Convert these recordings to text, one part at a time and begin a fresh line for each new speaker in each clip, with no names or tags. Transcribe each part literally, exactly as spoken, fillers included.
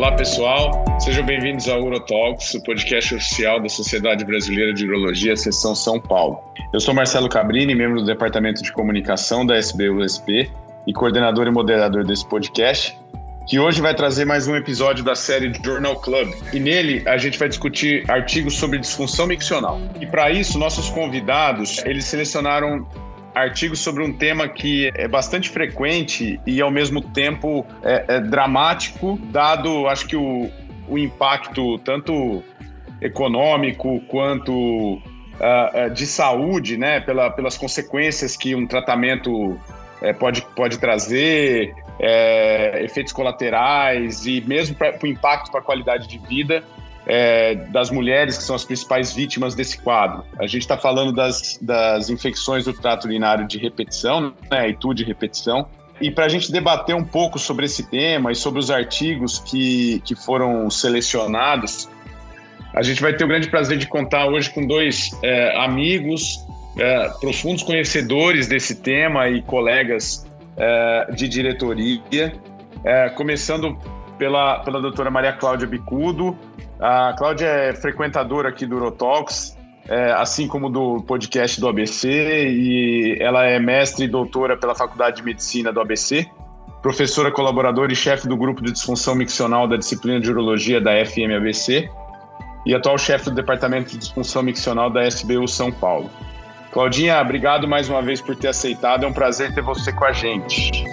Olá, pessoal. Sejam bem-vindos ao UroTalks, o podcast oficial da Sociedade Brasileira de Urologia, Seção São Paulo. Eu sou Marcelo Cabrini, membro do Departamento de Comunicação da S B U S P e coordenador e moderador desse podcast, que hoje vai trazer mais um episódio da série Journal Club. E nele a gente vai discutir artigos sobre disfunção miccional. E para isso, nossos convidados, eles selecionaram artigos sobre um tema que é bastante frequente e, ao mesmo tempo, é, é dramático, dado, acho que, o, o impacto tanto econômico quanto uh, uh, de saúde, né, pela, pelas consequências que um tratamento é, pode, pode trazer, é, efeitos colaterais e mesmo para o impacto para a qualidade de vida É, das mulheres que são as principais vítimas desse quadro. A gente está falando das, das infecções do trato urinário de repetição, né, I T U de repetição, e para a gente debater um pouco sobre esse tema e sobre os artigos que, que foram selecionados, a gente vai ter o grande prazer de contar hoje com dois é, amigos, é, profundos conhecedores desse tema e colegas é, de diretoria, é, começando pela, pela doutora Maria Cláudia Bicudo. A Cláudia é frequentadora aqui do UroTalks, é, assim como do podcast do A B C, e ela é mestre e doutora pela Faculdade de Medicina do A B C, professora colaboradora e chefe do grupo de disfunção miccional da disciplina de urologia da F M A B C e atual chefe do departamento de disfunção miccional da S B U São Paulo. Claudinha, obrigado mais uma vez por ter aceitado, é um prazer ter você com a gente.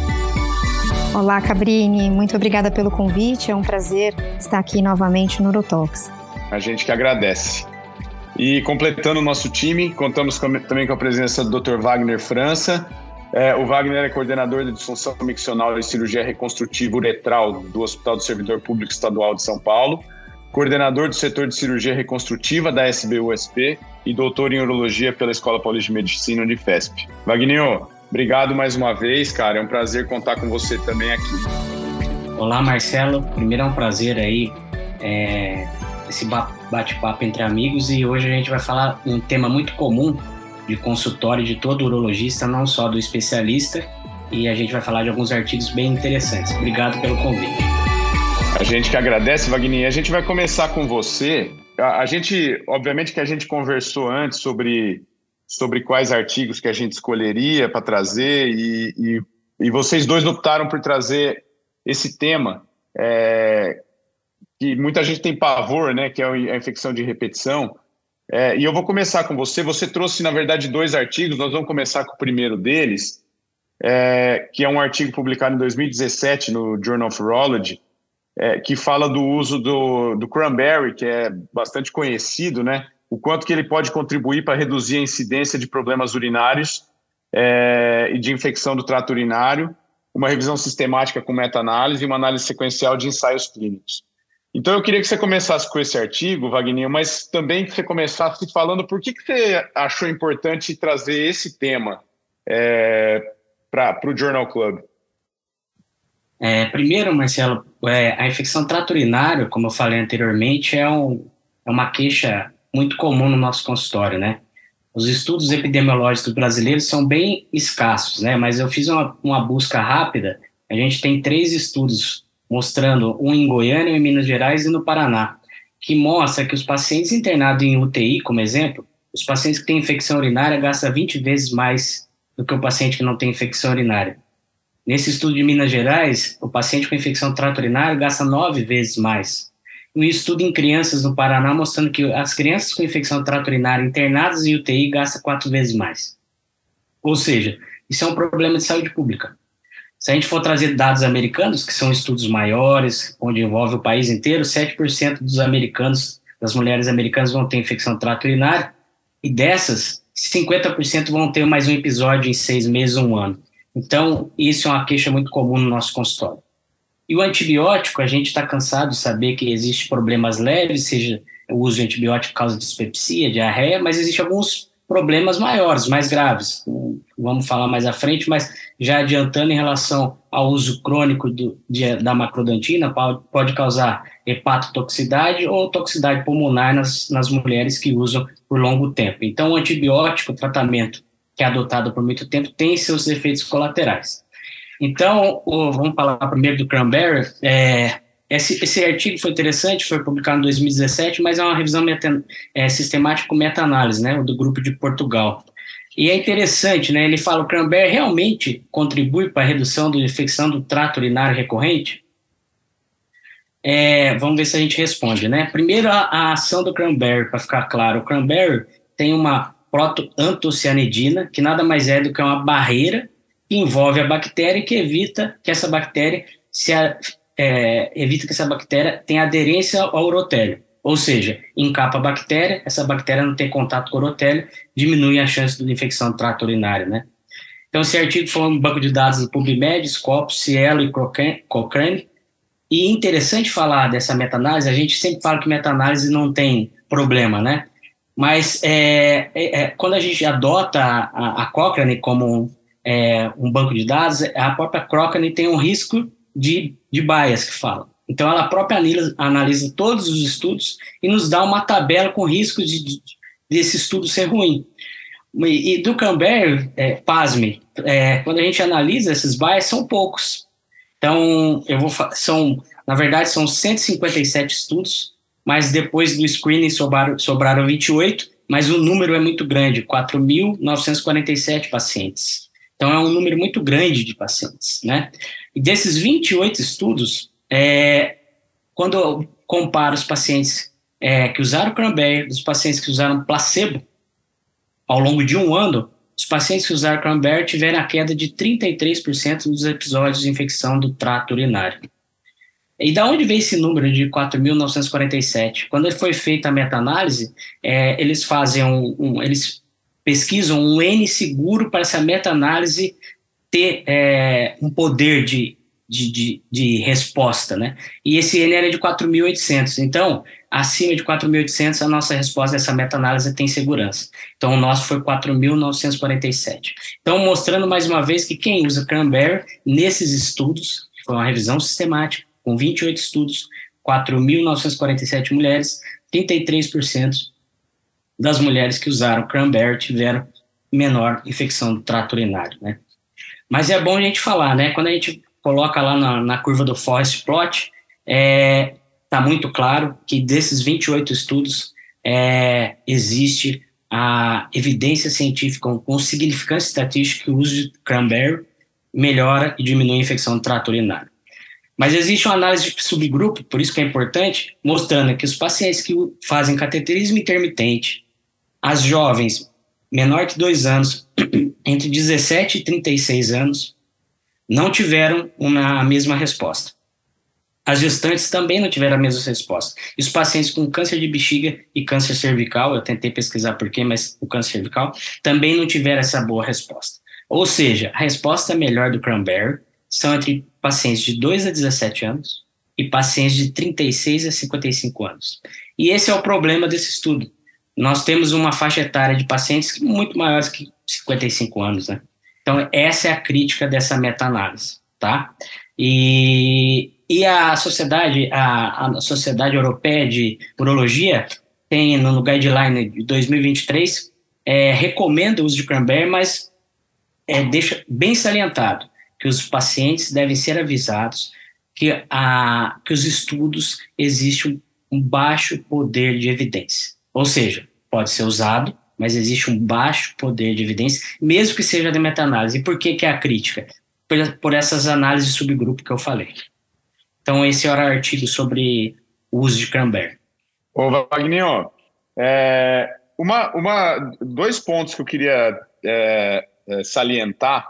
Olá, Cabrini, muito obrigada pelo convite, é um prazer estar aqui novamente no UroTalks.
A gente que agradece. E completando o nosso time, contamos com, também com a presença do doutor Wagner França. É, o Wagner é coordenador de disfunção miccional e cirurgia reconstrutiva uretral do Hospital do Servidor Público Estadual de São Paulo, coordenador do setor de cirurgia reconstrutiva da S B U S P e doutor em urologia pela Escola Paulista de Medicina Unifesp. Wagner, obrigado mais uma vez, cara. É um prazer contar com você também aqui.
Olá, Marcelo. Primeiro é um prazer aí, é, esse bate-papo entre amigos, e hoje a gente vai falar um tema muito comum de consultório de todo urologista, não só do especialista, e a gente vai falar de alguns artigos bem interessantes. Obrigado pelo convite.
A gente que agradece, Wagner. A gente vai começar com você. A, a gente, obviamente que a gente conversou antes sobre... sobre quais artigos que a gente escolheria para trazer e, e, e vocês dois optaram por trazer esse tema, é, que muita gente tem pavor, né, que é a infecção de repetição. É, e eu vou começar com você. Você trouxe, na verdade, dois artigos. Nós vamos começar com o primeiro deles, é, que é um artigo publicado em dois mil e dezessete no Journal of Urology, é, que fala do uso do, do cranberry, que é bastante conhecido, né, o quanto que ele pode contribuir para reduzir a incidência de problemas urinários é, e de infecção do trato urinário, uma revisão sistemática com meta-análise e uma análise sequencial de ensaios clínicos. Então, eu queria que você começasse com esse artigo, Wagner, mas também que você começasse falando por que, que você achou importante trazer esse tema é, para o Journal Club.
É, primeiro, Marcelo, é, a infecção trato urinário, como eu falei anteriormente, é, um, é uma queixa muito comum no nosso consultório, né? Os estudos epidemiológicos brasileiros são bem escassos, né? Mas eu fiz uma, uma busca rápida. A gente tem três estudos mostrando, um em Goiânia, um em Minas Gerais e no Paraná, que mostra que os pacientes internados em U T I, como exemplo, os pacientes que têm infecção urinária gastam vinte vezes mais do que o paciente que não tem infecção urinária. Nesse estudo de Minas Gerais, o paciente com infecção trato urinário gasta nove vezes mais. Um estudo em crianças no Paraná mostrando que as crianças com infecção do trato urinário internadas em U T I gastam quatro vezes mais. Ou seja, isso é um problema de saúde pública. Se a gente for trazer dados americanos, que são estudos maiores, onde envolve o país inteiro, sete por cento dos americanos, das mulheres americanas vão ter infecção do trato urinário, e dessas, cinquenta por cento vão ter mais um episódio em seis meses ou um ano. Então, isso é uma queixa muito comum no nosso consultório. E o antibiótico, a gente está cansado de saber que existem problemas leves, seja o uso de antibiótico por causa de dispepsia, diarreia, mas existem alguns problemas maiores, mais graves. Vamos falar mais à frente, mas já adiantando em relação ao uso crônico do, de, da macrodantina, pode, pode causar hepatotoxicidade ou toxicidade pulmonar nas, nas mulheres que usam por longo tempo. Então, o antibiótico, o tratamento que é adotado por muito tempo, tem seus efeitos colaterais. Então, o, vamos falar primeiro do cranberry. É, esse, esse artigo foi interessante, foi publicado em dois mil e dezessete, mas é uma revisão meta, é, sistemática com meta-análise, né, do grupo de Portugal. E é interessante, né, ele fala que o cranberry realmente contribui para a redução da infecção do trato urinário recorrente? É, vamos ver se a gente responde, né? Primeiro, a, a ação do cranberry, para ficar claro. O cranberry tem uma protoantocianidina, que nada mais é do que uma barreira que envolve a bactéria e que evita que essa bactéria se a, é, evita que essa bactéria tenha aderência ao urotélio. Ou seja, encapa a bactéria, essa bactéria não tem contato com o urotélio, diminui a chance de infecção do trato urinário, né? Então, esse artigo foi um banco de dados do PubMed, Scopus, Cielo e Cochrane. E interessante falar dessa meta-análise, a gente sempre fala que meta-análise não tem problema, né? Mas é, é, é, quando a gente adota a, a Cochrane como é, um banco de dados, a própria Cochrane tem um risco de, de bias, que fala. Então, ela própria analisa, analisa todos os estudos e nos dá uma tabela com risco de, de, desse estudo ser ruim. E, e do cranberry, é, pasme, é, quando a gente analisa esses bias, são poucos. Então, eu vou são, na verdade, são cento e cinquenta e sete estudos, mas depois do screening sobraram, sobraram vinte e oito, mas o número é muito grande, quatro mil novecentos e quarenta e sete pacientes. Então, é um número muito grande de pacientes, né? E desses vinte e oito estudos, é, quando eu comparo os pacientes é, que usaram cranberry dos pacientes que usaram placebo, ao longo de um ano, os pacientes que usaram cranberry tiveram a queda de trinta e três por cento dos episódios de infecção do trato urinário. E da onde veio esse número de quatro mil novecentos e quarenta e sete? Quando foi feita a meta-análise, é, eles fazem um, um, eles pesquisam um N seguro para essa meta-análise ter é, um poder de, de, de, de resposta, né? E esse N era de quatro mil e oitocentos. Então, acima de quatro mil e oitocentos, a nossa resposta dessa meta-análise tem segurança. Então, o nosso foi quatro mil novecentos e quarenta e sete. Então, mostrando mais uma vez que quem usa cranberry, nesses estudos, que foi uma revisão sistemática, com vinte e oito estudos, quatro mil novecentos e quarenta e sete mulheres, trinta e três por cento das mulheres que usaram cranberry tiveram menor infecção do trato urinário, né? Mas é bom a gente falar, né? Quando a gente coloca lá na, na curva do Forest Plot, é... está muito claro que desses vinte e oito estudos é, existe a evidência científica com significância estatística que o uso de cranberry melhora e diminui a infecção do trato urinário. Mas existe uma análise de subgrupo, por isso que é importante, mostrando que os pacientes que fazem cateterismo intermitente, as jovens menor que dois anos, entre dezessete e trinta e seis anos, não tiveram uma, a mesma resposta. As gestantes também não tiveram a mesma resposta. E os pacientes com câncer de bexiga e câncer cervical, eu tentei pesquisar por quê, mas o câncer cervical, também não tiveram essa boa resposta. Ou seja, a resposta melhor do cranberry são entre pacientes de dois a dezessete anos e pacientes de trinta e seis a cinquenta e cinco anos. E esse é o problema desse estudo. Nós temos uma faixa etária de pacientes muito maiores que cinquenta e cinco anos, né? Então, essa é a crítica dessa meta-análise, tá? E... E a sociedade, a, a Sociedade Europeia de Urologia tem no guideline de dois mil e vinte e três, é, recomenda o uso de cranberry, mas é, deixa bem salientado que os pacientes devem ser avisados que, a, que os estudos existe um, um baixo poder de evidência. Ou seja, pode ser usado, mas existe um baixo poder de evidência, mesmo que seja de meta-análise. E por que, que é a crítica? Por, por essas análises de subgrupo que eu falei. Então, esse era o artigo sobre o uso de cranberry.
Ô, Wagner, é, uma, uma, dois pontos que eu queria é, é, salientar.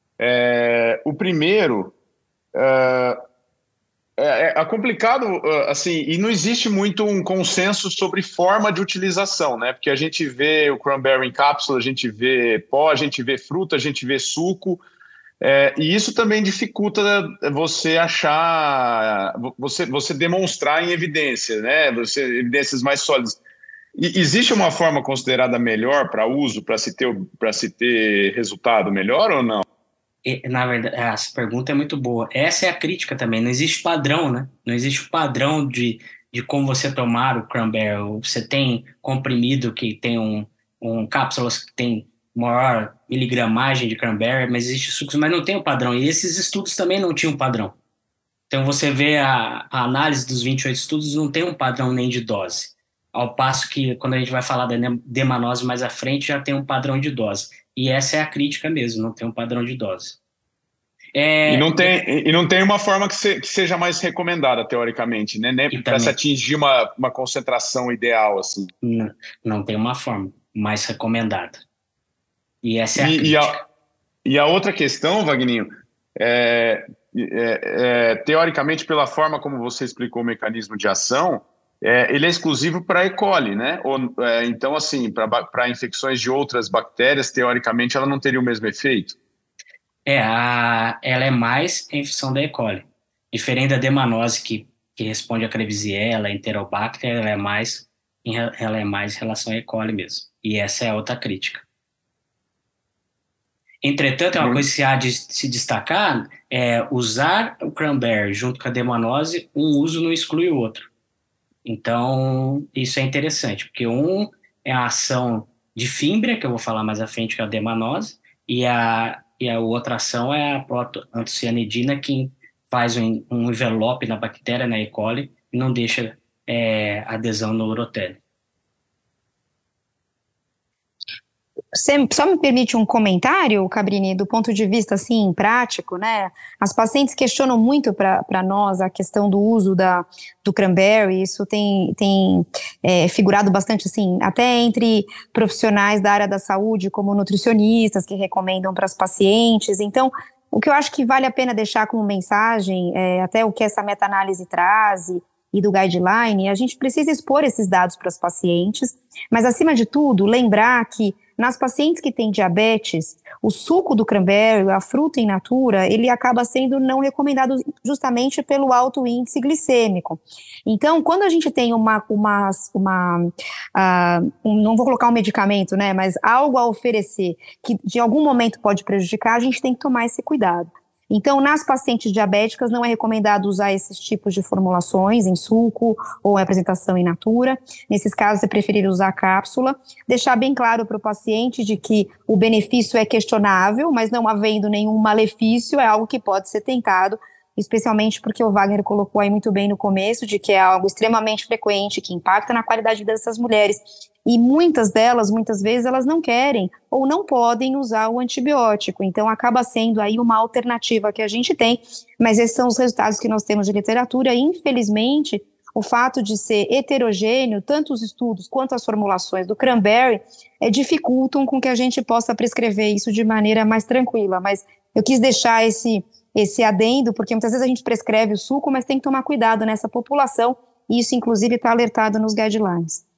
É, o primeiro, é, é, é complicado, assim, e não existe muito um consenso sobre forma de utilização, né? Porque a gente vê o cranberry em cápsula, a gente vê pó, a gente vê fruta, a gente vê suco. É, e isso também dificulta você achar, você, você demonstrar em evidência, né? Você, evidências mais sólidas. E existe uma forma considerada melhor para uso, para se ter, para se ter resultado melhor ou não?
Na verdade, essa pergunta é muito boa. Essa é a crítica também. Não existe padrão, né? Não existe padrão de, de como você tomar o cranberry. Você tem comprimido que tem um, um cápsulas que tem maior miligramagem de cranberry, mas existe sucos, mas não tem o padrão. E esses estudos também não tinham padrão. Então, você vê a, a análise dos vinte e oito estudos, não tem um padrão nem de dose. Ao passo que, quando a gente vai falar da demanose mais à frente, já tem um padrão de dose. E essa é a crítica mesmo, não tem um padrão de dose. É,
e, não tem, e não tem uma forma que, se, que seja mais recomendada, teoricamente, né? Para se atingir uma, uma concentração ideal, assim.
Não, não tem uma forma mais recomendada. E essa é a
e,
crítica.
E a, e a outra questão, Wagninho, é, é, é, teoricamente, pela forma como você explicou o mecanismo de ação, é, ele é exclusivo para E. coli, né? Ou, é, então, assim, para infecções de outras bactérias, teoricamente, ela não teria o mesmo efeito?
É, a, ela é mais a infecção da E. coli. Diferente da demanose, que, que responde a Klebsiella, Enterobacter, ela é mais ela é mais em relação a E. coli mesmo. E essa é a outra crítica. Entretanto, é uma coisa que se há de se destacar, é usar o cranberry junto com a demanose, um uso não exclui o outro. Então, isso é interessante, porque um é a ação de fímbria, que eu vou falar mais à frente, que é a demanose, e a, e a outra ação é a protoantocianidina, que faz um, um envelope na bactéria, na E. coli, e não deixa é, adesão no urotélio.
Você só me permite um comentário, Cabrini, do ponto de vista, assim, prático, né? As pacientes questionam muito para nós a questão do uso da, do cranberry, isso tem, tem é, figurado bastante, assim, até entre profissionais da área da saúde, como nutricionistas, que recomendam para as pacientes. Então, o que eu acho que vale a pena deixar como mensagem, é, até o que essa meta-análise traz e, e do guideline, a gente precisa expor esses dados para as pacientes, mas, acima de tudo, lembrar que nas pacientes que têm diabetes, o suco do cranberry, a fruta in natura, ele acaba sendo não recomendado justamente pelo alto índice glicêmico. Então, quando a gente tem uma, uma, uma uh, um, não vou colocar um medicamento, né, mas algo a oferecer que de algum momento pode prejudicar, a gente tem que tomar esse cuidado. Então, nas pacientes diabéticas, não é recomendado usar esses tipos de formulações em suco ou em apresentação in natura. Nesses casos, é preferir usar a cápsula. Deixar bem claro para o paciente de que o benefício é questionável, mas não havendo nenhum malefício, é algo que pode ser tentado, especialmente porque o Wagner colocou aí muito bem no começo, de que é algo extremamente frequente, que impacta na qualidade de vida dessas mulheres. E muitas delas, muitas vezes, elas não querem ou não podem usar o antibiótico. Então, acaba sendo aí uma alternativa que a gente tem, mas esses são os resultados que nós temos de literatura. E, infelizmente, o fato de ser heterogêneo, tanto os estudos quanto as formulações do cranberry, é, dificultam com que a gente possa prescrever isso de maneira mais tranquila. Mas eu quis deixar esse, esse adendo, porque muitas vezes a gente prescreve o suco, mas tem que tomar cuidado nessa população, e isso, inclusive, está alertado nos guidelines.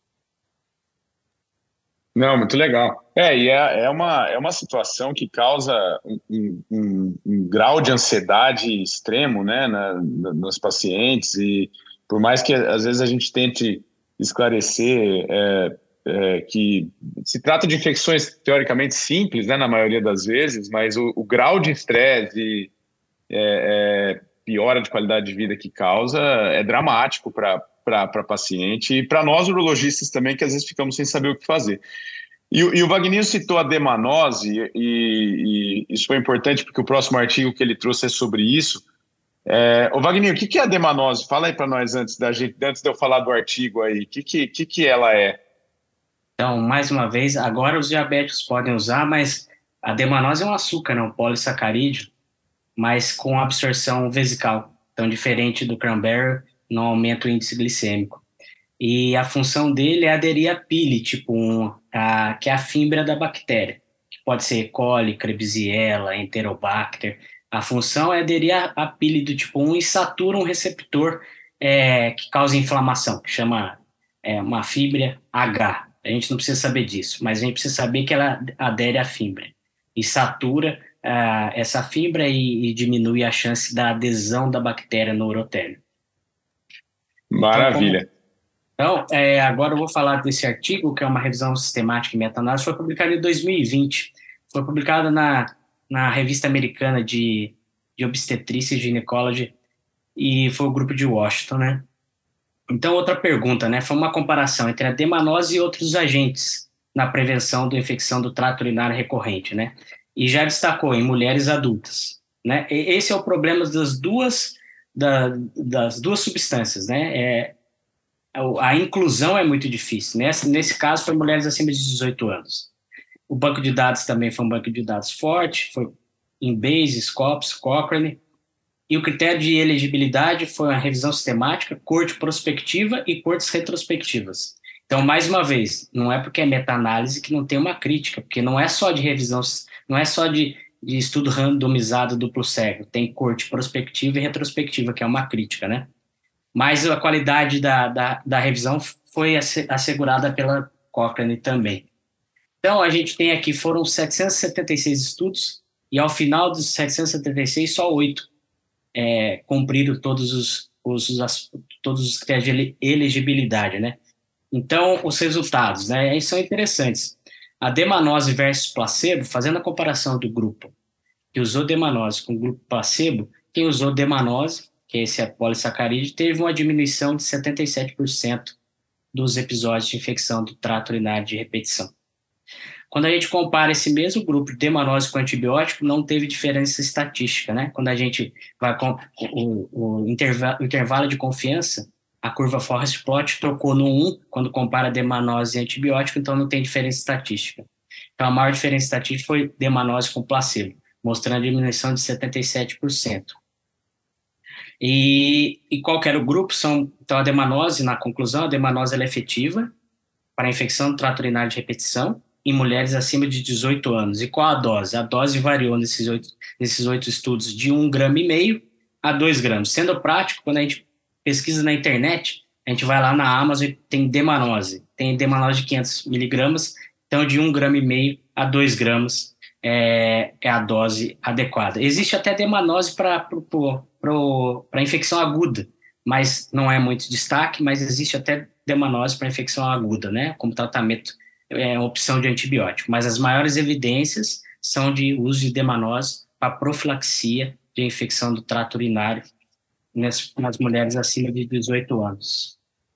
Não, muito legal. É, e é, é, uma, é uma situação que causa um, um, um grau de ansiedade extremo, né, na, na, nos pacientes, e por mais que às vezes a gente tente esclarecer é, é, que se trata de infecções teoricamente simples, né, na maioria das vezes, mas o, o grau de estresse e é, é, piora de qualidade de vida que causa é dramático para para paciente e para nós urologistas também, que às vezes ficamos sem saber o que fazer. E, e o Wagninho citou a demanose, e, e isso foi importante porque o próximo artigo que ele trouxe é sobre isso. É, o Wagninho, o que, que é a demanose? Fala aí para nós antes, da gente, antes de eu falar do artigo aí, o que, que, que, que ela é?
Então, mais uma vez, agora os diabéticos podem usar, mas a demanose é um açúcar, não, um polissacarídeo, mas com absorção vesical, então diferente do cranberry, não aumenta o índice glicêmico. E a função dele é aderir à pile, tipo um, a, que é a fímbria da bactéria, que pode ser E. coli, Klebsiella, Enterobacter. A função é aderir à, à pile do tipo um e satura um receptor é, que causa inflamação, que chama é, uma fímbria H. A gente não precisa saber disso, mas a gente precisa saber que ela adere à fímbria e satura uh, essa fibra e, e diminui a chance da adesão da bactéria no urotélio.
Maravilha.
Então, como, então é, agora eu vou falar desse artigo, que é uma revisão sistemática e meta-análise, foi publicado em dois mil e vinte. Foi publicado na, na Revista Americana de, de Obstetrícia e Gynecology, e foi o grupo de Washington, né? Então, outra pergunta, né? Foi uma comparação entre a demanose e outros agentes na prevenção da infecção do trato urinário recorrente, né? E já destacou em mulheres adultas, né? E esse é o problema das duas da, das duas substâncias, né? É, a inclusão é muito difícil. Nesse, nesse caso, foi mulheres acima de dezoito anos. O banco de dados também foi um banco de dados forte, foi Embase, Scopus, Cochrane, e o critério de elegibilidade foi a revisão sistemática, corte prospectiva e cortes retrospectivas. Então, mais uma vez, não é porque é meta-análise que não tem uma crítica, porque não é só de revisão, não é só de, de estudo randomizado duplo cego, tem corte prospectiva e retrospectiva, que é uma crítica, né? Mas a qualidade da, da, da revisão foi assegurada pela Cochrane também. Então, a gente tem aqui, foram setecentos e setenta e seis estudos, e ao final dos setecentos e setenta e seis, só oito é, cumpriram todos os, os, as, todos os critérios de elegibilidade, né? Então, os resultados, né, são interessantes. A demanose versus placebo, fazendo a comparação do grupo que usou demanose com o grupo placebo, quem usou demanose, que é esse polissacarídeo, teve uma diminuição de setenta e sete por cento dos episódios de infecção do trato urinário de repetição. Quando a gente compara esse mesmo grupo de demanose com antibiótico, não teve diferença estatística, né? Quando a gente vai com o, o, intervalo, o intervalo de confiança, a curva Forest Plot trocou no um, quando compara demanose e antibiótico, então não tem diferença estatística. Então a maior diferença estatística foi demanose com placebo, mostrando a diminuição de setenta e sete por cento. E, e qual que era o grupo? São, então a demanose, na conclusão, a demanose ela é efetiva para a infecção do trato urinário de repetição em mulheres acima de dezoito anos. E qual a dose? A dose variou nesses oito, nesses oito estudos de um grama e meio a dois gramas. Sendo prático, quando a gente pesquisa na internet, a gente vai lá na Amazon e tem demanose. Tem demanose de quinhentos miligramas, então de um grama e meio a dois gramas é, é a dose adequada. Existe até demanose para para infecção aguda, mas não é muito destaque, mas existe até demanose para infecção aguda, né, como tratamento, é, opção de antibiótico. Mas as maiores evidências são de uso de demanose para profilaxia de infecção do trato urinário nas, nas mulheres acima de dezoito anos.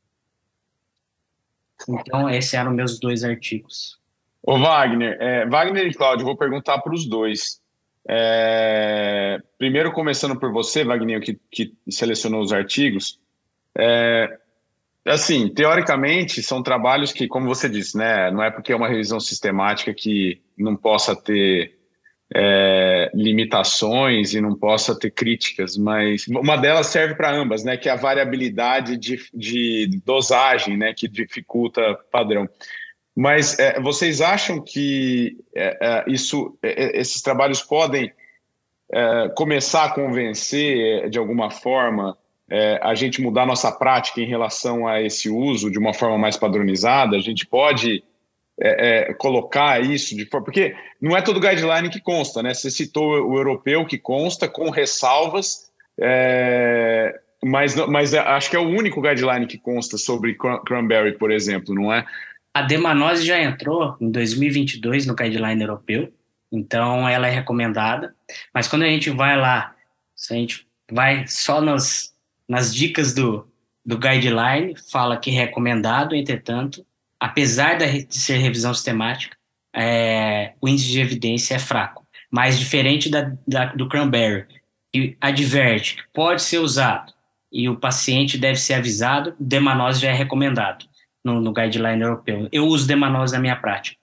Então, esses eram meus dois artigos.
Ô Wagner, é, Wagner e Cláudio, vou perguntar para os dois. É, primeiro, começando por você, Wagner, que, que selecionou os artigos. É, assim, teoricamente, são trabalhos que, como você disse, né, não é porque é uma revisão sistemática que não possa ter é, limitações e não possa ter críticas, mas uma delas serve para ambas, né, que é a variabilidade de, de dosagem, né, que dificulta padrão. Mas é, vocês acham que é, é, isso, é, esses trabalhos podem é, começar a convencer, de alguma forma, é, a gente mudar nossa prática em relação a esse uso de uma forma mais padronizada? A gente pode é, é, colocar isso de forma... Porque não é todo guideline que consta, né? Você citou o europeu que consta, com ressalvas, é, mas, mas acho que é o único guideline que consta sobre cranberry, por exemplo, não é?
A demanose já entrou em dois mil e vinte e dois no guideline europeu, então ela é recomendada, mas quando a gente vai lá, se a gente vai só nas, nas dicas do, do guideline, fala que é recomendado, entretanto, apesar de ser revisão sistemática, é, o índice de evidência é fraco, mas diferente da, da, do cranberry, que adverte que pode ser usado e o paciente deve ser avisado, demanose já é recomendado. No, no guideline europeu. Eu uso demanose na minha prática.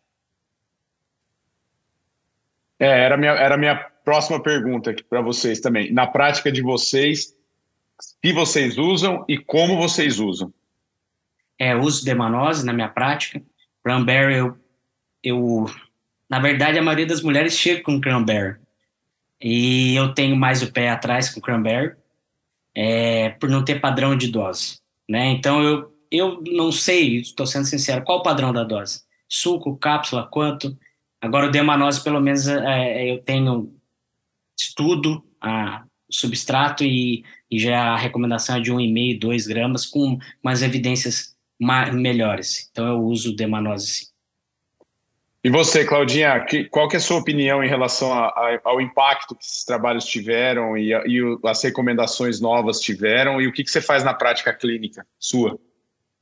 É, era a minha, era a minha próxima pergunta aqui para vocês também. Na prática de vocês, se vocês usam e como vocês usam?
É, eu uso demanose na minha prática. Cranberry, eu, eu... Na verdade, a maioria das mulheres chega com cranberry. E eu tenho mais o pé atrás com cranberry, é, por não ter padrão de dose, né? Então, eu Eu não sei, estou sendo sincero, qual o padrão da dose? Suco, cápsula, quanto? Agora, o demanose, pelo menos, é, eu tenho estudo, a, substrato, e, e já a recomendação é de um vírgula cinco, dois gramas, com umas evidências ma- melhores. Então, eu uso demanose, sim.
E você, Claudinha, que, qual que é a sua opinião em relação a, a, ao impacto que esses trabalhos tiveram e, a, e o, as recomendações novas tiveram, e o que, que você faz na prática clínica sua?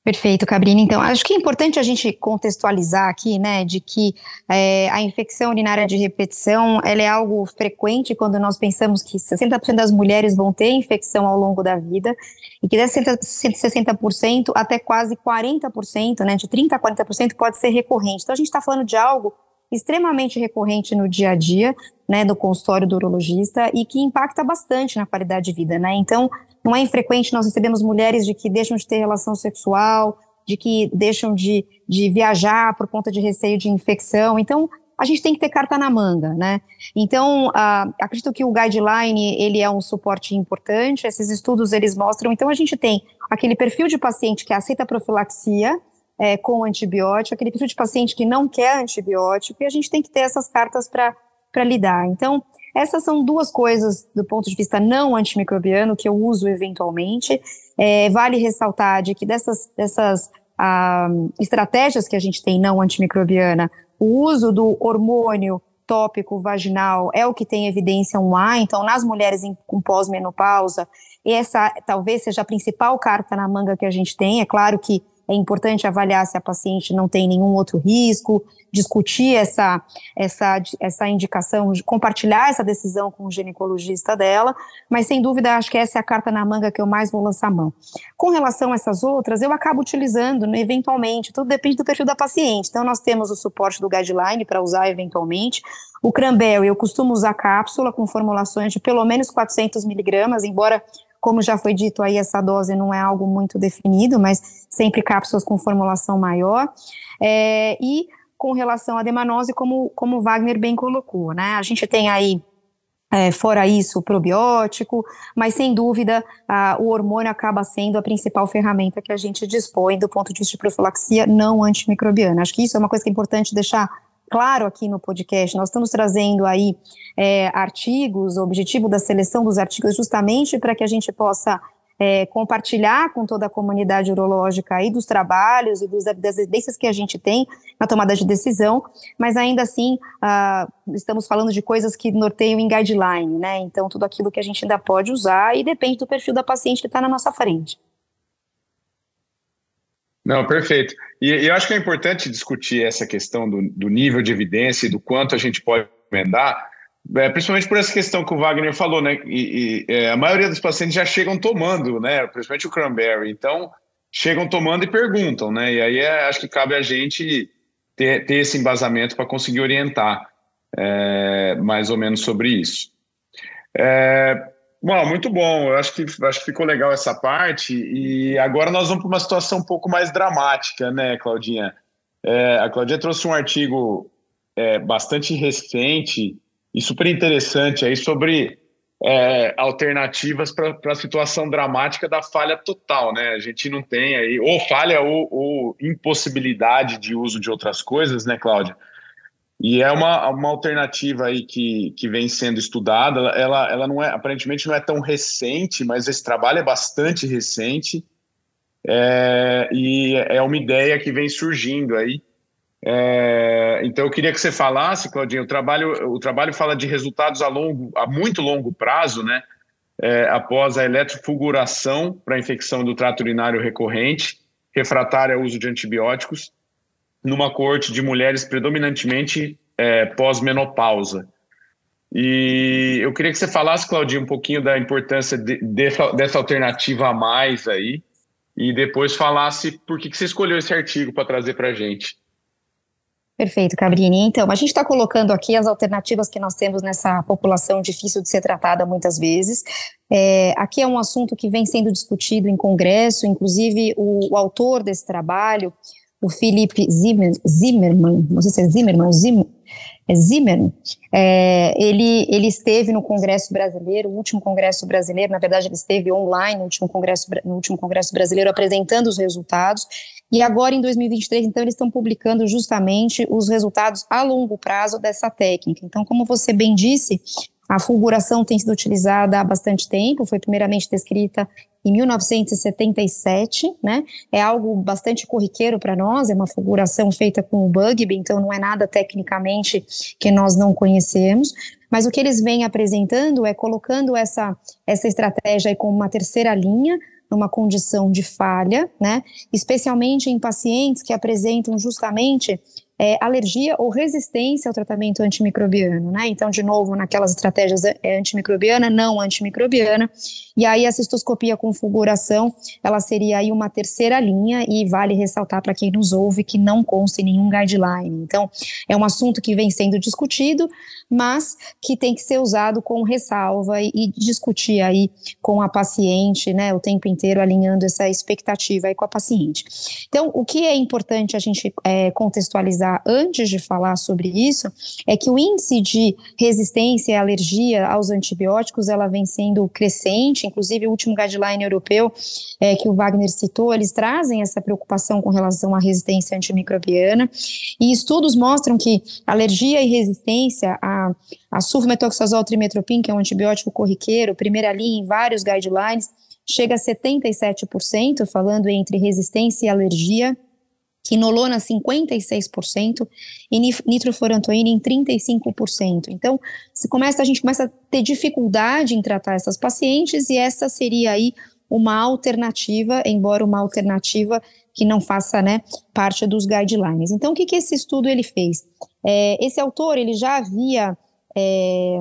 Perfeito, Cabrini. Então, acho que é importante a gente contextualizar aqui, né, de que é, a infecção urinária de repetição, ela é algo frequente quando nós pensamos que sessenta por cento das mulheres vão ter infecção ao longo da vida, e que dessas sessenta por cento até quase quarenta por cento, né, de trinta a quarenta por cento pode ser recorrente. Então, a gente está falando de algo extremamente recorrente no dia a dia, né, do consultório do urologista, e que impacta bastante na qualidade de vida, né. Então, não é infrequente nós recebemos mulheres de que deixam de ter relação sexual, de que deixam de, de viajar por conta de receio de infecção. Então, a gente tem que ter carta na manga, né? Então, uh, acredito que o guideline, ele é um suporte importante, esses estudos, eles mostram. Então, a gente tem aquele perfil de paciente que aceita profilaxia é, com antibiótico, aquele perfil de paciente que não quer antibiótico, e a gente tem que ter essas cartas para lidar. Então, essas são duas coisas do ponto de vista não antimicrobiano que eu uso eventualmente. É, vale ressaltar de que dessas, dessas ah, estratégias que a gente tem não antimicrobiana, o uso do hormônio tópico vaginal é o que tem evidência um A, então nas mulheres em, com pós-menopausa, essa talvez seja a principal carta na manga que a gente tem. É claro que é importante avaliar se a paciente não tem nenhum outro risco, discutir essa, essa, essa indicação, compartilhar essa decisão com o ginecologista dela, mas sem dúvida acho que essa é a carta na manga que eu mais vou lançar mão. Com relação a essas outras, eu acabo utilizando, né, eventualmente, tudo depende do perfil da paciente. Então nós temos o suporte do guideline para usar eventualmente. O Cranberry eu costumo usar cápsula com formulações de pelo menos quatrocentos miligramas, embora, como já foi dito aí, essa dose não é algo muito definido, mas sempre cápsulas com formulação maior. É, e com relação à demanose, como, como o Wagner bem colocou, né? A gente tem aí, é, fora isso, o probiótico, mas sem dúvida a, o hormônio acaba sendo a principal ferramenta que a gente dispõe do ponto de vista de profilaxia não antimicrobiana. Acho que isso é uma coisa que é importante deixar claro aqui no podcast. Nós estamos trazendo aí é, artigos, o objetivo da seleção dos artigos justamente para que a gente possa é, compartilhar com toda a comunidade urológica aí dos trabalhos e dos, das evidências que a gente tem na tomada de decisão, mas ainda assim ah, estamos falando de coisas que norteiam em guideline, né? Então tudo aquilo que a gente ainda pode usar e depende do perfil da paciente que está na nossa frente.
Não, perfeito. E, e eu acho que é importante discutir essa questão do, do nível de evidência e do quanto a gente pode recomendar, é, principalmente por essa questão que o Wagner falou, né? E, e é, a maioria dos pacientes já chegam tomando, né? Principalmente o Cranberry. Então, chegam tomando e perguntam, né? E aí é, acho que cabe a gente ter, ter esse embasamento para conseguir orientar é, mais ou menos sobre isso. É, Bom, muito bom, eu acho que, acho que ficou legal essa parte, e agora nós vamos para uma situação um pouco mais dramática, né, Claudinha? É, a Claudinha trouxe um artigo é, bastante recente e super interessante aí sobre é, alternativas para a situação dramática da falha total, né? A gente não tem aí, ou falha ou, ou impossibilidade de uso de outras coisas, né, Cláudia? E é uma, uma alternativa aí que, que vem sendo estudada. Ela, ela não é, aparentemente não é tão recente, mas esse trabalho é bastante recente. É, e é uma ideia que vem surgindo aí. É, então eu queria que você falasse, Claudinha, o trabalho, o trabalho fala de resultados a, longo, a muito longo prazo, né? É, após a eletrofulguração para infecção do trato urinário recorrente, refratária ao uso de antibióticos, numa coorte de mulheres predominantemente é, pós-menopausa. E eu queria que você falasse, Claudinha, um pouquinho da importância de, dessa, dessa alternativa a mais aí, e depois falasse por que, que você escolheu esse artigo para trazer para a gente.
Perfeito, Cabrini. Então, a gente está colocando aqui as alternativas que nós temos nessa população difícil de ser tratada muitas vezes. É, aqui é um assunto que vem sendo discutido em congresso, inclusive o, o autor desse trabalho, o Philipp Zimmer, Zimmermann, não sei se é Zimmermann, Zimmer, é Zimmermann, é, ele, ele esteve no Congresso Brasileiro, o último Congresso Brasileiro, na verdade ele esteve online no último Congresso, no último Congresso Brasileiro apresentando os resultados, e agora em dois mil e vinte e três, então eles estão publicando justamente os resultados a longo prazo dessa técnica. Então, como você bem disse, a fulguração tem sido utilizada há bastante tempo, foi primeiramente descrita em mil novecentos e setenta e sete, né, é algo bastante corriqueiro para nós, é uma fulguração feita com o Bugby, então não é nada tecnicamente que nós não conhecemos, mas o que eles vêm apresentando é colocando essa, essa estratégia aí como uma terceira linha, numa condição de falha, né, especialmente em pacientes que apresentam justamente É, alergia ou resistência ao tratamento antimicrobiano, né? Então, de novo, naquelas estratégias é, antimicrobiana, não antimicrobiana, e aí a cistoscopia com fulguração, ela seria aí uma terceira linha, e vale ressaltar para quem nos ouve que não consta em nenhum guideline. Então, é um assunto que vem sendo discutido, mas que tem que ser usado com ressalva e, e discutir aí com a paciente, né, o tempo inteiro alinhando essa expectativa aí com a paciente. Então, o que é importante a gente é, contextualizar antes de falar sobre isso, é que o índice de resistência e alergia aos antibióticos, ela vem sendo crescente, inclusive o último guideline europeu é, que o Wagner citou, eles trazem essa preocupação com relação à resistência antimicrobiana, e estudos mostram que alergia e resistência a, a sulfametoxazol trimetoprim, que é um antibiótico corriqueiro, primeira linha em vários guidelines, chega a setenta e sete por cento, falando entre resistência e alergia, quinolona cinquenta e seis por cento e nitrofurantoína em trinta e cinco por cento. Então, se começa, a gente começa a ter dificuldade em tratar essas pacientes, e essa seria aí uma alternativa, embora uma alternativa que não faça, né, parte dos guidelines. Então, o que, que esse estudo ele fez? É, esse autor, ele já havia, é,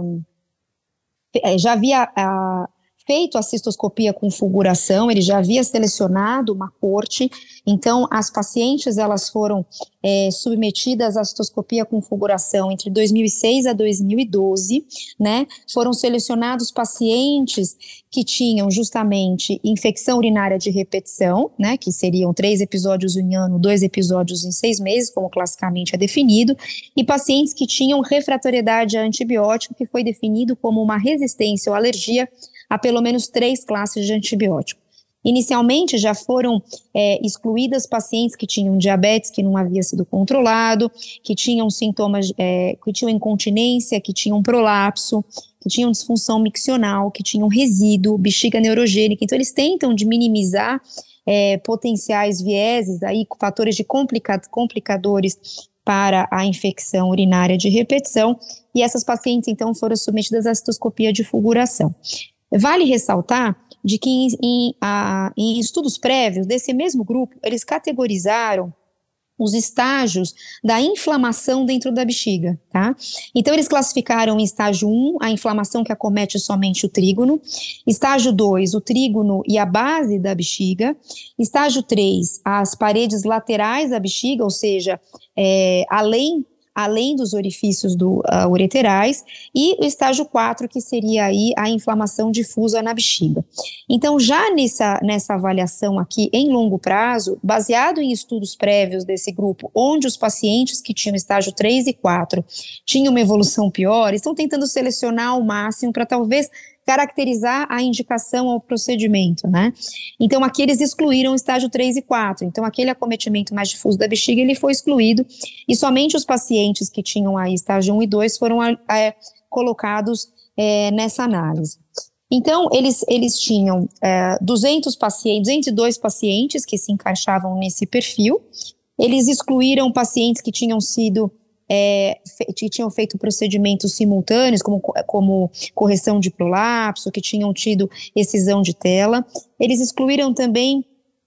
já havia a, feito a cistoscopia com fulguração, ele já havia selecionado uma corte, então as pacientes elas foram é, submetidas à cistoscopia com fulguração entre dois mil e seis a dois mil e doze, né, foram selecionados pacientes que tinham justamente infecção urinária de repetição, né, que seriam três episódios em ano, dois episódios em seis meses, como classicamente é definido, e pacientes que tinham refratoriedade a antibiótico, que foi definido como uma resistência ou alergia a pelo menos três classes de antibiótico. Inicialmente já foram é, excluídas pacientes que tinham diabetes que não havia sido controlado, que tinham sintomas, é, que tinham incontinência, que tinham prolapso, que tinham disfunção miccional, que tinham resíduo, bexiga neurogênica. Então eles tentam de minimizar é, potenciais vieses, aí, fatores de complica- complicadores para a infecção urinária de repetição, e essas pacientes então foram submetidas à cistoscopia de fulguração. Vale ressaltar de que em, em, a, em estudos prévios desse mesmo grupo, eles categorizaram os estágios da inflamação dentro da bexiga, tá? Então, eles classificaram em estágio um, a inflamação que acomete somente o trígono, estágio dois, o trígono e a base da bexiga, estágio três, as paredes laterais da bexiga, ou seja, é, além além dos orifícios do, uh, ureterais, e o estágio quatro, que seria aí a inflamação difusa na bexiga. Então, já nessa, nessa avaliação aqui em longo prazo, baseado em estudos prévios desse grupo, onde os pacientes que tinham estágio três e quatro tinham uma evolução pior, estão tentando selecionar ao máximo para talvez caracterizar a indicação ao procedimento, né? Então, aqui eles excluíram o estágio três e quatro, então aquele acometimento mais difuso da bexiga, ele foi excluído, e somente os pacientes que tinham aí estágio um e dois foram é, colocados é, nessa análise. Então, eles, eles tinham é, duzentos pacientes, duzentos e dois pacientes que se encaixavam nesse perfil, eles excluíram pacientes que tinham sido É, que tinham feito procedimentos simultâneos, como, como correção de prolapso, que tinham tido excisão de tela. Eles excluíram também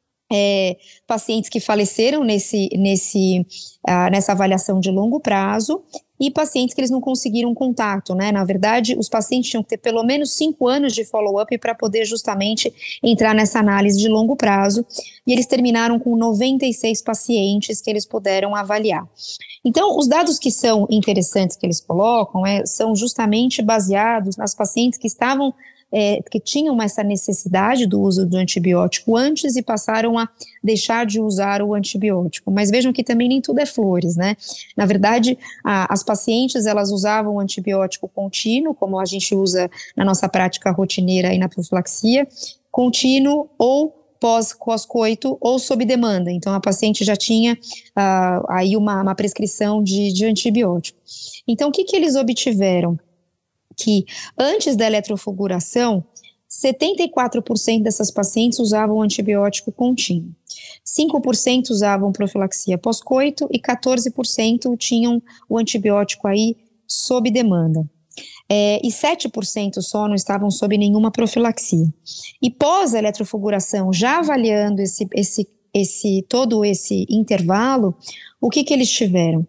é, pacientes que faleceram nesse, nesse, uh, nessa avaliação de longo prazo, e pacientes que eles não conseguiram contato, né? Na verdade, os pacientes tinham que ter pelo menos cinco anos de follow-up para poder justamente entrar nessa análise de longo prazo, e eles terminaram com noventa e seis pacientes que eles puderam avaliar. Então, os dados que são interessantes que eles colocam é, são justamente baseados nas pacientes que estavam, é, que tinham essa necessidade do uso do antibiótico antes e passaram a deixar de usar o antibiótico. Mas vejam que também nem tudo é flores, né? Na verdade, a, as pacientes, elas usavam o antibiótico contínuo, como a gente usa na nossa prática rotineira e na profilaxia, contínuo ou pós-coito ou sob demanda. Então, a paciente já tinha uh, aí uma, uma prescrição de, de antibiótico. Então, o que, que eles obtiveram? Que antes da eletrofulguração, setenta e quatro por cento dessas pacientes usavam antibiótico contínuo, cinco por cento usavam profilaxia pós-coito e quatorze por cento tinham o antibiótico aí sob demanda. é, e sete por cento só não estavam sob nenhuma profilaxia. E pós-eletrofuguração, já avaliando esse, esse, esse, todo esse intervalo, o que que eles tiveram?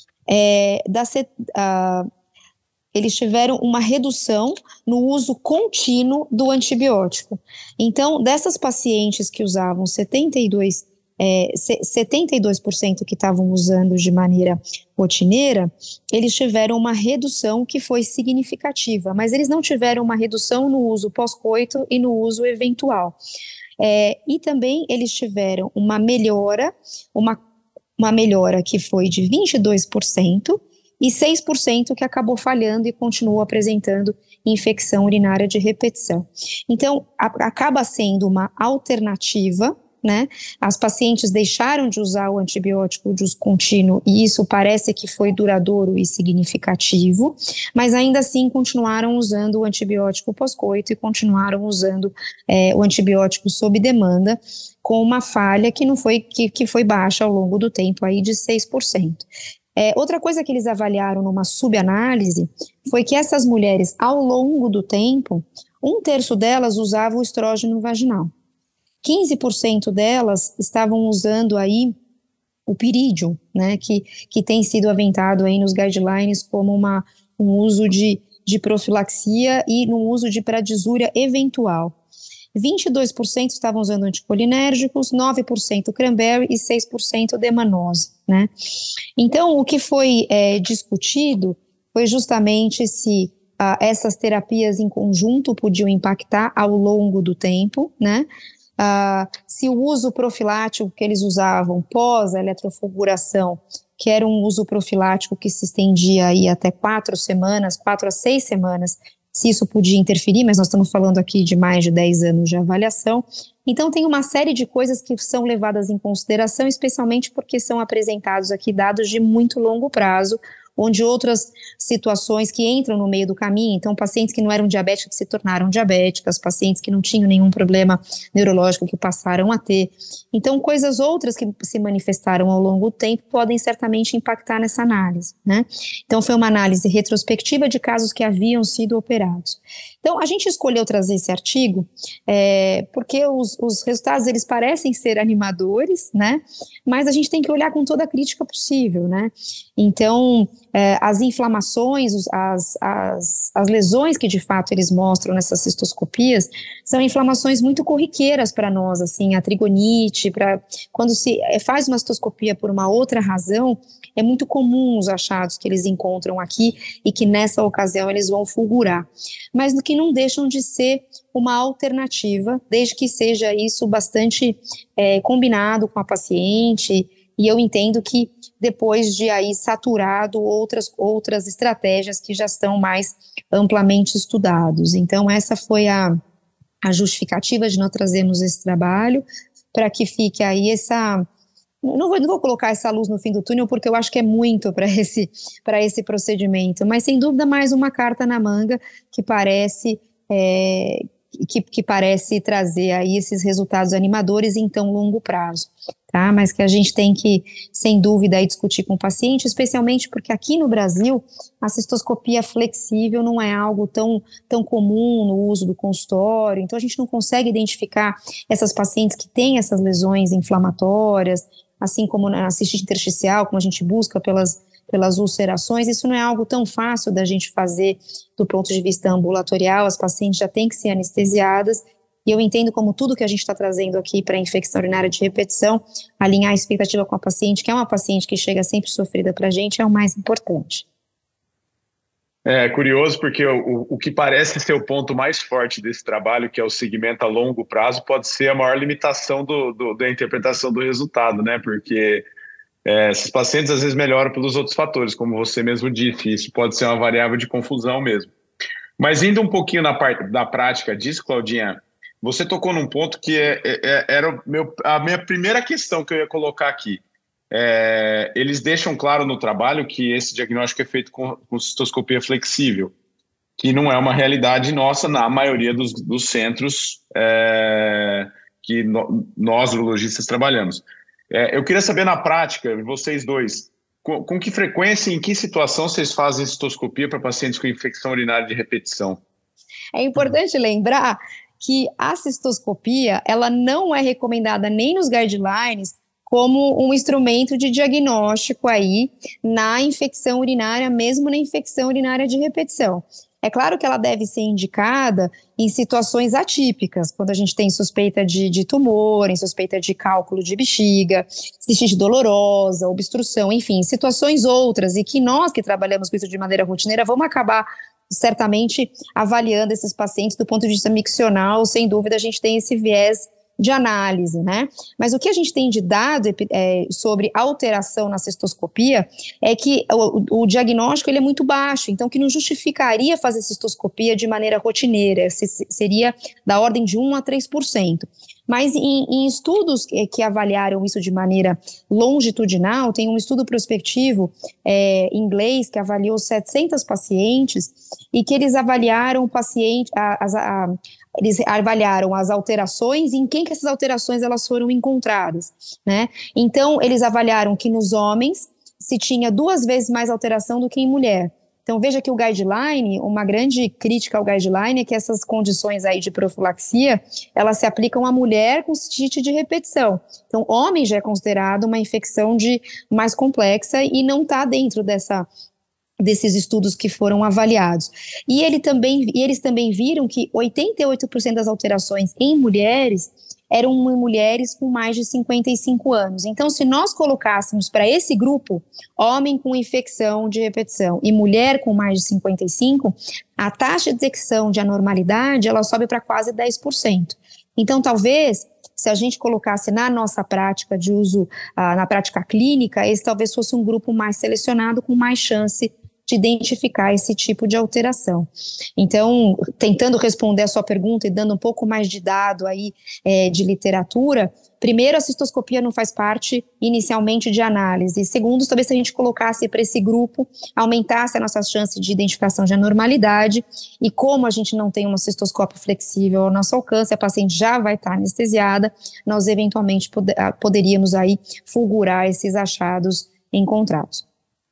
É, da, uh, eles tiveram uma redução no uso contínuo do antibiótico. Então, dessas pacientes que usavam setenta e dois, é, setenta e dois por cento que estavam usando de maneira rotineira, eles tiveram uma redução que foi significativa, mas eles não tiveram uma redução no uso pós-coito e no uso eventual. É, e também eles tiveram uma melhora, uma, uma melhora que foi de vinte e dois por cento, e seis por cento que acabou falhando e continuou apresentando infecção urinária de repetição. Então, a, acaba sendo uma alternativa, né? As pacientes deixaram de usar o antibiótico de uso contínuo e isso parece que foi duradouro e significativo, mas ainda assim continuaram usando o antibiótico pós-coito e continuaram usando é, o antibiótico sob demanda, com uma falha que não foi, que, que foi baixa ao longo do tempo, aí de seis por cento. É, outra coisa que eles avaliaram numa subanálise foi que essas mulheres, ao longo do tempo, um terço delas usava o estrógeno vaginal. quinze por cento delas estavam usando aí o pirídio, né, que, que tem sido aventado aí nos guidelines como uma, um uso de, de profilaxia e no uso de pradisúria eventual. vinte e dois por cento estavam usando anticolinérgicos, nove por cento cranberry e seis por cento demanose, né? Então, o que foi é, discutido foi justamente se ah, essas terapias em conjunto podiam impactar ao longo do tempo, né? Ah, se o uso profilático que eles usavam pós a eletrofuguração, que era um uso profilático que se estendia aí até quatro semanas, quatro a seis semanas, se isso podia interferir, mas nós estamos falando aqui de mais de dez anos de avaliação. Então tem uma série de coisas que são levadas em consideração, especialmente porque são apresentados aqui dados de muito longo prazo, onde outras situações que entram no meio do caminho, então pacientes que não eram diabéticos que se tornaram diabéticas, pacientes que não tinham nenhum problema neurológico que passaram a ter. Então coisas outras que se manifestaram ao longo do tempo podem certamente impactar nessa análise, né? Então foi uma análise retrospectiva de casos que haviam sido operados. Então a gente escolheu trazer esse artigo é, porque os, os resultados eles parecem ser animadores, né? Mas a gente tem que olhar com toda a crítica possível, né? Então É, as inflamações, as, as, as lesões que de fato eles mostram nessas cistoscopias são inflamações muito corriqueiras para nós, assim, a trigonite, pra, quando se faz uma cistoscopia por uma outra razão, é muito comum os achados que eles encontram aqui e que nessa ocasião eles vão fulgurar, mas no que não deixam de ser uma alternativa, desde que seja isso bastante é, combinado com a paciente. E eu entendo que depois de aí saturado outras, outras estratégias que já estão mais amplamente estudados. Então essa foi a, a justificativa de nós trazermos esse trabalho, para que fique aí essa... Não vou, não vou colocar essa luz no fim do túnel, porque eu acho que é muito para esse, para esse procedimento, mas sem dúvida mais uma carta na manga que parece... É, Que, que parece trazer aí esses resultados animadores em tão longo prazo, tá? Mas que a gente tem que, sem dúvida, aí discutir com o paciente, especialmente porque aqui no Brasil a cistoscopia flexível não é algo tão, tão comum no uso do consultório, então a gente não consegue identificar essas pacientes que têm essas lesões inflamatórias, assim como na cistite intersticial, como a gente busca pelas pelas ulcerações. Isso não é algo tão fácil da gente fazer do ponto de vista ambulatorial, as pacientes já têm que ser anestesiadas, e eu entendo como tudo que a gente está trazendo aqui para infecção urinária de repetição, alinhar a expectativa com a paciente, que é uma paciente que chega sempre sofrida para a gente, é o mais importante.
É curioso porque o, o que parece ser o ponto mais forte desse trabalho, que é o segmento a longo prazo, pode ser a maior limitação do, do, da interpretação do resultado, né? Porque É, esses pacientes às vezes melhoram pelos outros fatores, como você mesmo disse, isso pode ser uma variável de confusão mesmo. Mas indo um pouquinho na parte da prática disso, Claudinha, você tocou num ponto que é, é, era o meu, a minha primeira questão que eu ia colocar aqui. É, eles deixam claro no trabalho que esse diagnóstico é feito com, com cistoscopia flexível, que não é uma realidade nossa na maioria dos, dos centros é, que no, nós, urologistas, trabalhamos. É, eu queria saber na prática, vocês dois, Com, com que frequência e em que situação vocês fazem cistoscopia para pacientes com infecção urinária de repetição?
É importante lembrar que a cistoscopia, ela não é recomendada nem nos guidelines como um instrumento de diagnóstico aí na infecção urinária, mesmo na infecção urinária de repetição. É claro que ela deve ser indicada em situações atípicas, quando a gente tem suspeita de, de tumor, em suspeita de cálculo de bexiga, cistite dolorosa, obstrução, enfim, situações outras, e que nós que trabalhamos com isso de maneira rotineira vamos acabar certamente avaliando esses pacientes do ponto de vista miccional. Sem dúvida a gente tem esse viés de análise, né? Mas o que a gente tem de dado é, sobre alteração na cistoscopia é que o, o diagnóstico ele é muito baixo, então que não justificaria fazer cistoscopia de maneira rotineira, se, seria da ordem de um a três por cento. Mas em, em estudos que, que avaliaram isso de maneira longitudinal, tem um estudo prospectivo é, inglês que avaliou setecentos pacientes e que eles avaliaram o paciente, a, a, a, eles avaliaram as alterações e em quem que essas alterações elas foram encontradas, né? Então, eles avaliaram que nos homens se tinha duas vezes mais alteração do que em mulher. Então, veja que o guideline, uma grande crítica ao guideline é que essas condições aí de profilaxia, elas se aplicam à mulher com cistite de repetição. Então, homem já é considerado uma infecção de, mais complexa e não está dentro dessa, desses estudos que foram avaliados. E, ele também, e eles também viram que oitenta e oito por cento das alterações em mulheres eram em mulheres com mais de cinquenta e cinco anos. Então, se nós colocássemos para esse grupo, homem com infecção de repetição e mulher com mais de cinquenta e cinco, a taxa de detecção de anormalidade, ela sobe para quase dez por cento. Então, talvez, se a gente colocasse na nossa prática de uso, ah, na prática clínica, esse talvez fosse um grupo mais selecionado, com mais chance de identificar esse tipo de alteração. Então, tentando responder a sua pergunta e dando um pouco mais de dado aí é, de literatura, primeiro, a cistoscopia não faz parte inicialmente de análise. Segundo, talvez se a gente colocasse para esse grupo, aumentasse a nossa chance de identificação de anormalidade, e como a gente não tem uma cistoscópio flexível ao nosso alcance, a paciente já vai estar anestesiada, nós eventualmente pod- poderíamos aí fulgurar esses achados encontrados.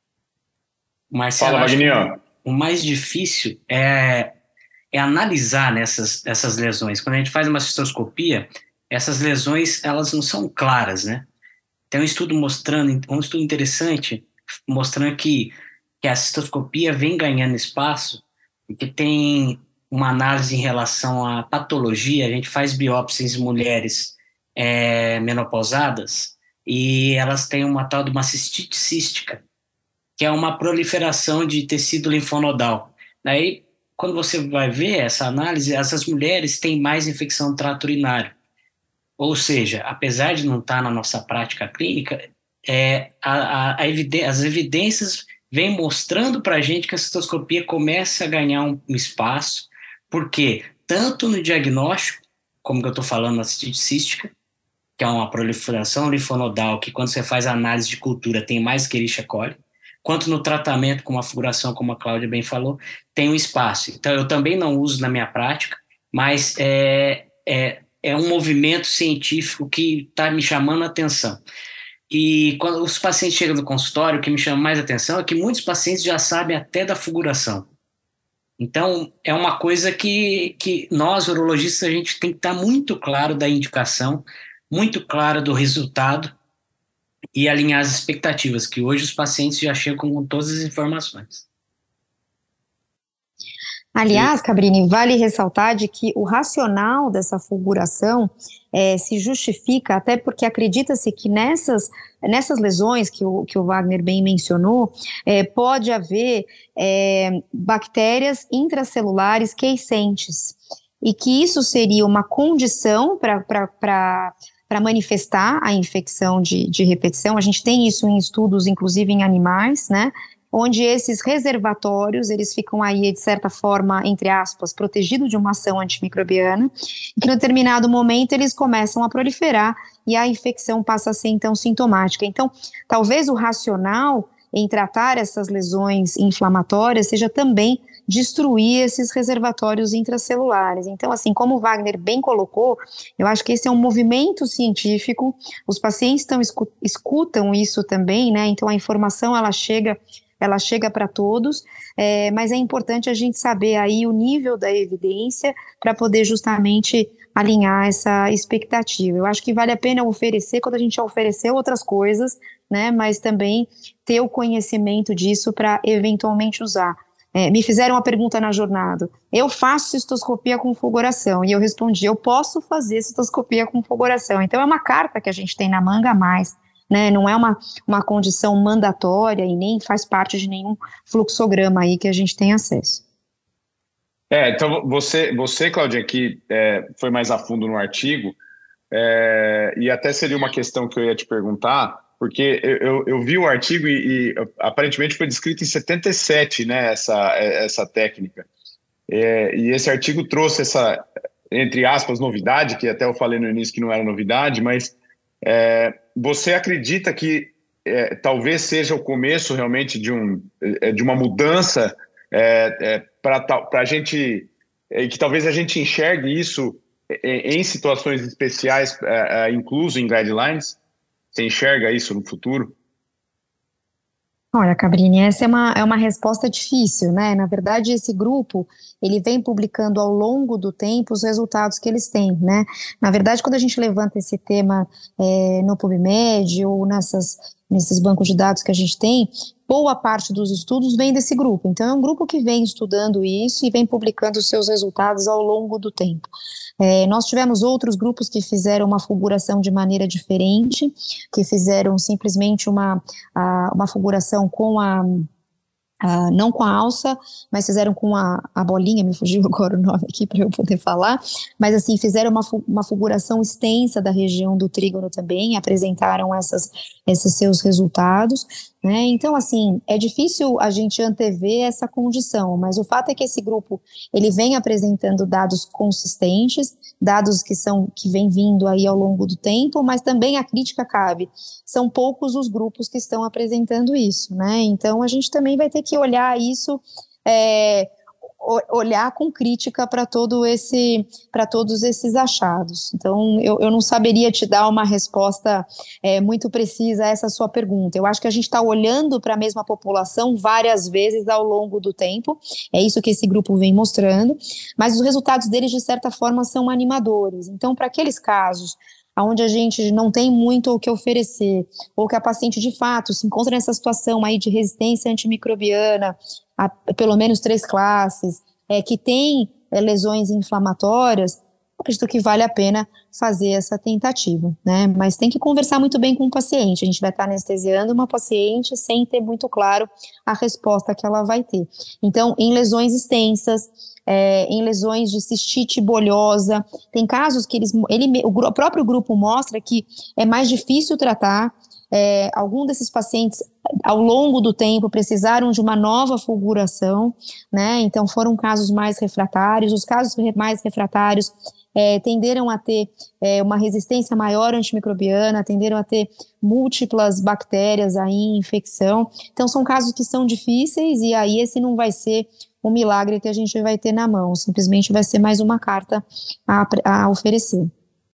Marcelo,
Fala, Magninho.
O mais difícil é, é analisar nessas essas lesões. Quando a gente faz uma cistoscopia, essas lesões, elas não são claras, né? Tem um estudo mostrando, um estudo interessante, mostrando que, que a cistoscopia vem ganhando espaço e que tem uma análise em relação à patologia. A gente faz biópsias em mulheres é, menopausadas e elas têm uma tal de uma cistite cística, que é uma proliferação de tecido linfonodal. Daí, quando você vai ver essa análise, essas mulheres têm mais infecção do trato urinário. Ou seja, apesar de não estar na nossa prática clínica, é, a, a, a eviden- as evidências vêm mostrando para a gente que a cistoscopia começa a ganhar um, um espaço, porque tanto no diagnóstico, como que eu estou falando, na cistite cística, que é uma proliferação linfonodal, que quando você faz a análise de cultura tem mais Escherichia coli, quanto no tratamento com uma figuração, como a Cláudia bem falou, tem um espaço. Então, eu também não uso na minha prática, mas é, é, é um movimento científico que está me chamando a atenção. E quando os pacientes chegam no consultório, o que me chama mais atenção é que muitos pacientes já sabem até da figuração. Então, é uma coisa que, que nós, urologistas, a gente tem que estar muito claro da indicação, muito claro do resultado, e alinhar as expectativas, que hoje os pacientes já chegam com todas as informações.
Aliás, Cabrini, vale ressaltar de que o racional dessa fulguração é, se justifica até porque acredita-se que nessas, nessas lesões que o, que o Wagner bem mencionou, é, pode haver é, bactérias intracelulares quiescentes, e que isso seria uma condição para para manifestar a infecção de, de repetição. A gente tem isso em estudos, inclusive em animais, né, onde esses reservatórios, eles ficam aí, de certa forma, entre aspas, protegidos de uma ação antimicrobiana, e que, em determinado momento, eles começam a proliferar e a infecção passa a ser, então, sintomática. Então, talvez o racional em tratar essas lesões inflamatórias seja também destruir esses reservatórios intracelulares. Então, assim, como o Wagner bem colocou, eu acho que esse é um movimento científico, os pacientes tão, escutam isso também, né? Então a informação ela chega ela chega para todos, é, mas é importante a gente saber aí o nível da evidência para poder justamente alinhar essa expectativa. Eu acho que vale a pena oferecer quando a gente oferecer outras coisas, né, mas também ter o conhecimento disso para eventualmente usar. É, me fizeram uma pergunta na jornada, eu faço cistoscopia com fulguração, e eu respondi, eu posso fazer cistoscopia com fulguração, então é uma carta que a gente tem na manga a mais, né, não é uma, uma condição mandatória e nem faz parte de nenhum fluxograma aí que a gente tem acesso.
É, então você, você Claudinha, que é, foi mais a fundo no artigo, é, e até seria uma questão que eu ia te perguntar, porque eu, eu, eu vi o artigo e, e aparentemente foi descrito em setenta e sete, né, essa, essa técnica, é, e esse artigo trouxe essa, entre aspas, novidade, que até eu falei no início que não era novidade, mas é, você acredita que é, talvez seja o começo realmente de, um, de uma mudança é, é, para a gente, é, que talvez a gente enxergue isso em, em situações especiais, é, é, incluso em guidelines? Você enxerga isso no futuro?
Olha, Cabrini, essa é uma, é uma resposta difícil, né? Na verdade, esse grupo, ele vem publicando ao longo do tempo os resultados que eles têm, né? Na verdade, quando a gente levanta esse tema é, no PubMed ou nessas, nesses bancos de dados que a gente tem, boa parte dos estudos vem desse grupo. Então, é um grupo que vem estudando isso e vem publicando os seus resultados ao longo do tempo. É, nós tivemos outros grupos que fizeram uma fulguração de maneira diferente, que fizeram simplesmente uma, a, uma fulguração com a, a, não com a alça, mas fizeram com a, a bolinha, me fugiu agora o nome aqui para eu poder falar, mas assim, fizeram uma, uma fulguração extensa da região do trígono também, apresentaram essas, esses seus resultados, né? Então, assim, é difícil a gente antever essa condição, mas o fato é que esse grupo, ele vem apresentando dados consistentes, dados que são, que vem vindo aí ao longo do tempo, mas também a crítica cabe. São poucos os grupos que estão apresentando isso, né? Então, a gente também vai ter que olhar isso, é, olhar com crítica para todo esse, para todos esses achados. Então, eu, eu não saberia te dar uma resposta é, muito precisa a essa sua pergunta. Eu acho que a gente está olhando para a mesma população várias vezes ao longo do tempo, é isso que esse grupo vem mostrando, mas os resultados deles, de certa forma, são animadores. Então, para aqueles casos onde a gente não tem muito o que oferecer, ou que a paciente, de fato, se encontra nessa situação aí de resistência antimicrobiana, a pelo menos três classes, é, que tem é, lesões inflamatórias, acredito que vale a pena fazer essa tentativa, né? Mas tem que conversar muito bem com o paciente. A gente vai estar anestesiando uma paciente sem ter muito claro a resposta que ela vai ter. Então, em lesões extensas, é, em lesões de cistite bolhosa, tem casos que eles, ele, o, o próprio grupo mostra que é mais difícil tratar. É, algum desses pacientes, ao longo do tempo, precisaram de uma nova fulguração, né? Então foram casos mais refratários. Os casos mais refratários é, tenderam a ter é, uma resistência maior antimicrobiana, tenderam a ter múltiplas bactérias aí em infecção. Então são casos que são difíceis, e aí esse não vai ser um milagre que a gente vai ter na mão, simplesmente vai ser mais uma carta a, a oferecer.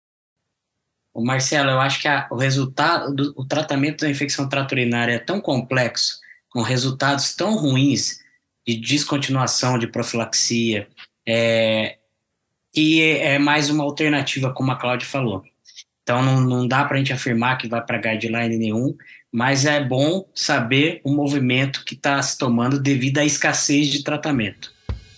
Marcelo, eu acho que a, o resultado, do, o tratamento da infecção trato urinária é tão complexo, com resultados tão ruins de descontinuação de profilaxia, é, que é mais uma alternativa, como a Cláudia falou. Então, não, não dá para a gente afirmar que vai para guideline nenhum, mas é bom saber o movimento que está se tomando devido à escassez de tratamento.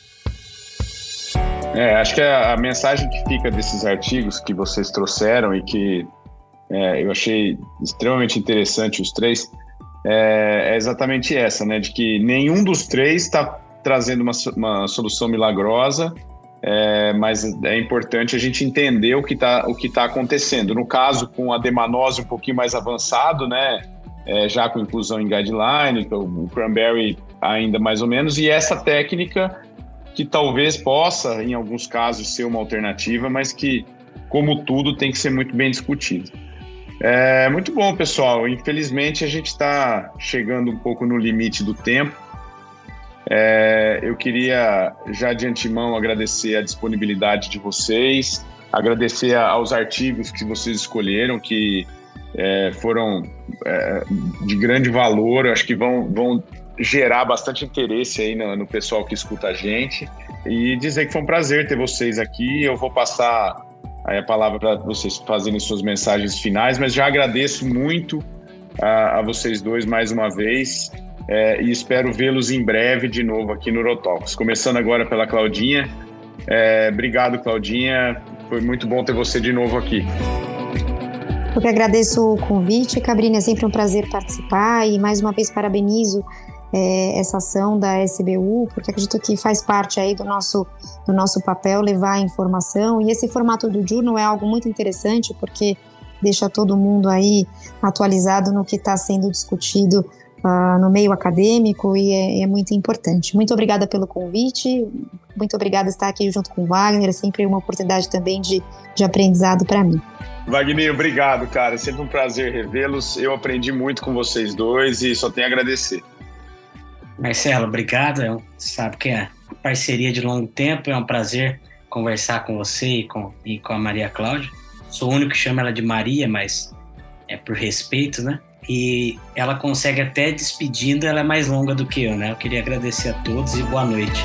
É, acho que a, a mensagem que fica desses artigos que vocês trouxeram e que é, eu achei extremamente interessante os três, é, é exatamente essa, né, de que nenhum dos três está trazendo uma, uma solução milagrosa, é, mas é importante a gente entender o que está o que tá acontecendo. No caso, com a demanose um pouquinho mais avançado, né, é, já com inclusão em guideline, o, o cranberry ainda mais ou menos, e essa técnica que talvez possa, em alguns casos, ser uma alternativa, mas que, como tudo, tem que ser muito bem discutido. É muito bom, pessoal. Infelizmente, a gente está chegando um pouco no limite do tempo. É, eu queria já de antemão agradecer a disponibilidade de vocês, agradecer aos artigos que vocês escolheram, que é, foram é, de grande valor, acho que vão, vão gerar bastante interesse aí no, no pessoal que escuta a gente, e dizer que foi um prazer ter vocês aqui. Eu vou passar aí a palavra para vocês fazerem suas mensagens finais, mas já agradeço muito a, a vocês dois mais uma vez, é, e espero vê-los em breve de novo aqui no Urotalks. Começando agora pela Claudinha. É, obrigado, Claudinha, foi muito bom ter você de novo aqui.
Eu que agradeço o convite, Cabrini, é sempre um prazer participar, e mais uma vez parabenizo é, essa ação da S B U, porque acredito que faz parte aí do nosso, do nosso papel levar a informação, e esse formato do Journal é algo muito interessante, porque deixa todo mundo aí atualizado no que está sendo discutido uh, no meio acadêmico, e é, é muito importante. Muito obrigada pelo convite, muito obrigada por estar aqui junto com o Wagner, é sempre uma oportunidade também de, de aprendizado para mim.
Wagner, obrigado, cara, é sempre um prazer revê-los, eu aprendi muito com vocês dois e só tenho a agradecer.
Marcelo, obrigado, sabe que é parceria de longo tempo, é um prazer conversar com você e com, e com a Maria Cláudia. Sou o único que chama ela de Maria, mas é por respeito, né? E ela consegue até despedindo, ela é mais longa do que eu, né? Eu queria agradecer a todos e boa noite.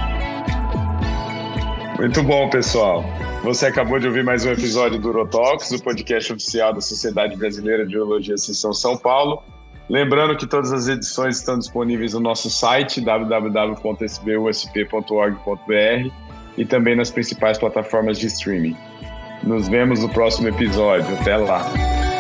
Muito bom, pessoal. Você acabou de ouvir mais um episódio do Urotalks, o podcast oficial da Sociedade Brasileira de Urologia Seção São Paulo. Lembrando que todas as edições estão disponíveis no nosso site w w w ponto s b u s p ponto org ponto b r e também nas principais plataformas de streaming. Nos vemos no próximo episódio. Até lá!